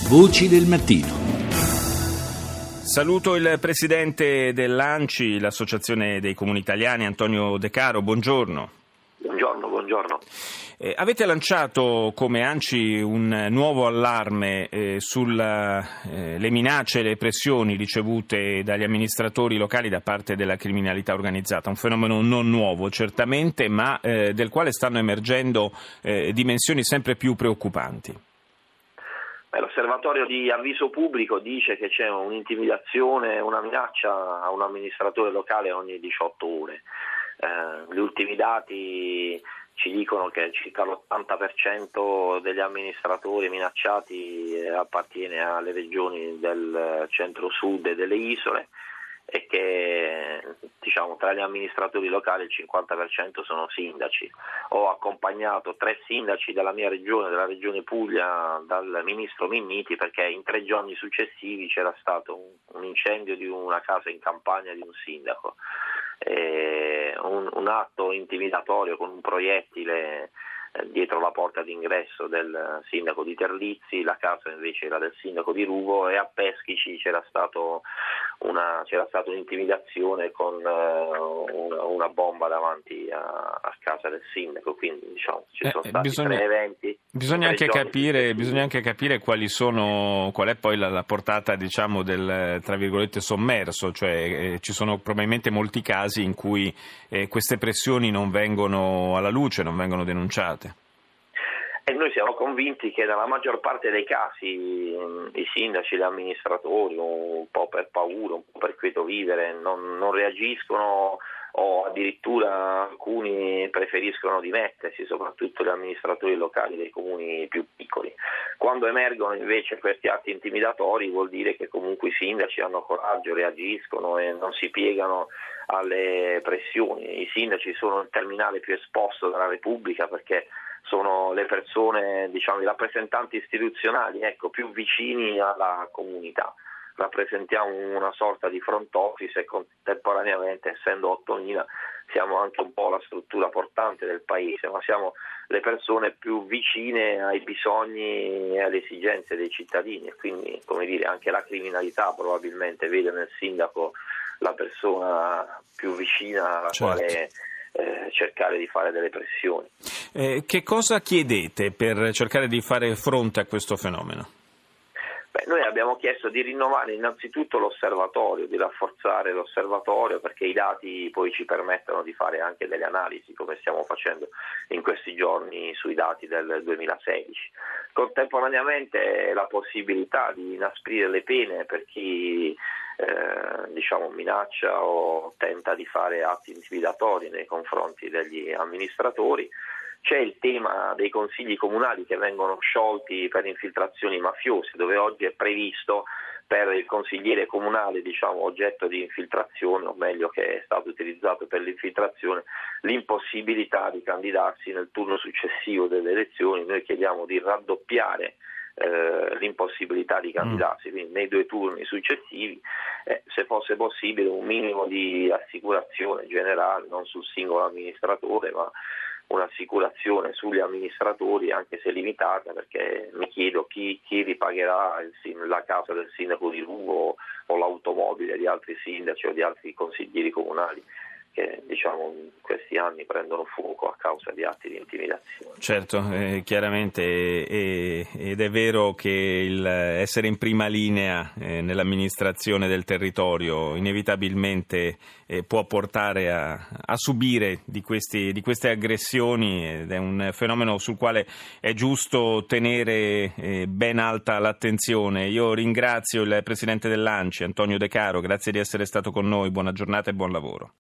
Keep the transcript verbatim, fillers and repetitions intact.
Voci del mattino. Saluto il presidente dell'ANCI, l'Associazione dei Comuni Italiani, Antonio De Caro. Buongiorno. Buongiorno, buongiorno. Eh, avete lanciato come ANCI un nuovo allarme eh, sulle eh, minacce e le pressioni ricevute dagli amministratori locali da parte della criminalità organizzata, un fenomeno non nuovo certamente, ma eh, del quale stanno emergendo eh, dimensioni sempre più preoccupanti. Beh, l'osservatorio di avviso pubblico dice che c'è un'intimidazione, una minaccia a un amministratore locale ogni diciotto ore. Eh, gli ultimi dati ci dicono che circa l'ottanta per cento degli amministratori minacciati appartiene alle regioni del centro-sud e delle isole e che diciamo tra gli amministratori locali il cinquanta per cento sono sindaci. Ho accompagnato tre sindaci della mia regione, della regione Puglia, dal ministro Minniti, perché in tre giorni successivi c'era stato un, un incendio di una casa in campagna di un sindaco. Eh, un, un atto intimidatorio con un proiettile eh, dietro la porta d'ingresso del sindaco di Terlizzi, la casa invece era del sindaco di Ruvo, e a Peschici c'era stato una c'era stata un'intimidazione con uh, una, una bomba davanti a, a casa del sindaco, quindi diciamo ci sono eh, stati bisogna, tre eventi. Bisogna anche capire bisogna anche capire quali sono qual è poi la, la portata diciamo del tra virgolette sommerso, cioè eh, ci sono probabilmente molti casi in cui eh, queste pressioni non vengono alla luce, non vengono denunciate. E noi siamo convinti che nella maggior parte dei casi i sindaci, gli amministratori, un po' per paura, un po' per quieto vivere, non, non reagiscono, o addirittura alcuni preferiscono dimettersi, soprattutto gli amministratori locali dei comuni più piccoli. Quando emergono invece questi atti intimidatori vuol dire che comunque i sindaci hanno coraggio, reagiscono e non si piegano alle pressioni. I sindaci sono il terminale più esposto della Repubblica, perché sono le persone, diciamo, i rappresentanti istituzionali, ecco, più vicini alla comunità. Rappresentiamo una sorta di front office e contemporaneamente, essendo ottomila, siamo anche un po' la struttura portante del paese, ma siamo le persone più vicine ai bisogni e alle esigenze dei cittadini, e quindi, come dire, anche la criminalità probabilmente vede nel sindaco la persona più vicina alla certo. quale Eh, cercare di fare delle pressioni. Eh, che cosa chiedete per cercare di fare fronte a questo fenomeno? Beh, noi abbiamo chiesto di rinnovare innanzitutto l'osservatorio, di rafforzare l'osservatorio, perché i dati poi ci permettono di fare anche delle analisi, come stiamo facendo in questi giorni sui dati del duemilasedici. Contemporaneamente la possibilità di inasprire le pene per chi Eh, diciamo minaccia o tenta di fare atti intimidatori nei confronti degli amministratori. C'è il tema dei consigli comunali che vengono sciolti per infiltrazioni mafiose, dove oggi è previsto per il consigliere comunale, diciamo oggetto di infiltrazione, o meglio che è stato utilizzato per l'infiltrazione, l'impossibilità di candidarsi nel turno successivo delle elezioni. Noi chiediamo di raddoppiare Eh, l'impossibilità di candidarsi, quindi nei due turni successivi, eh, se fosse possibile un minimo di assicurazione generale, non sul singolo amministratore, ma un'assicurazione sugli amministratori, anche se limitata, perché mi chiedo chi, chi ripagherà il, la casa del sindaco di Ruvo o l'automobile di altri sindaci o di altri consiglieri comunali che diciamo in questi anni prendono fuoco a causa di atti di intimidazione. Certo, eh, chiaramente eh, ed è vero che il essere in prima linea eh, nell'amministrazione del territorio inevitabilmente eh, può portare a, a subire di, questi, di queste aggressioni, ed è un fenomeno sul quale è giusto tenere eh, ben alta l'attenzione. Io ringrazio il presidente dell'ANCI, Antonio De Caro, grazie di essere stato con noi, buona giornata e buon lavoro.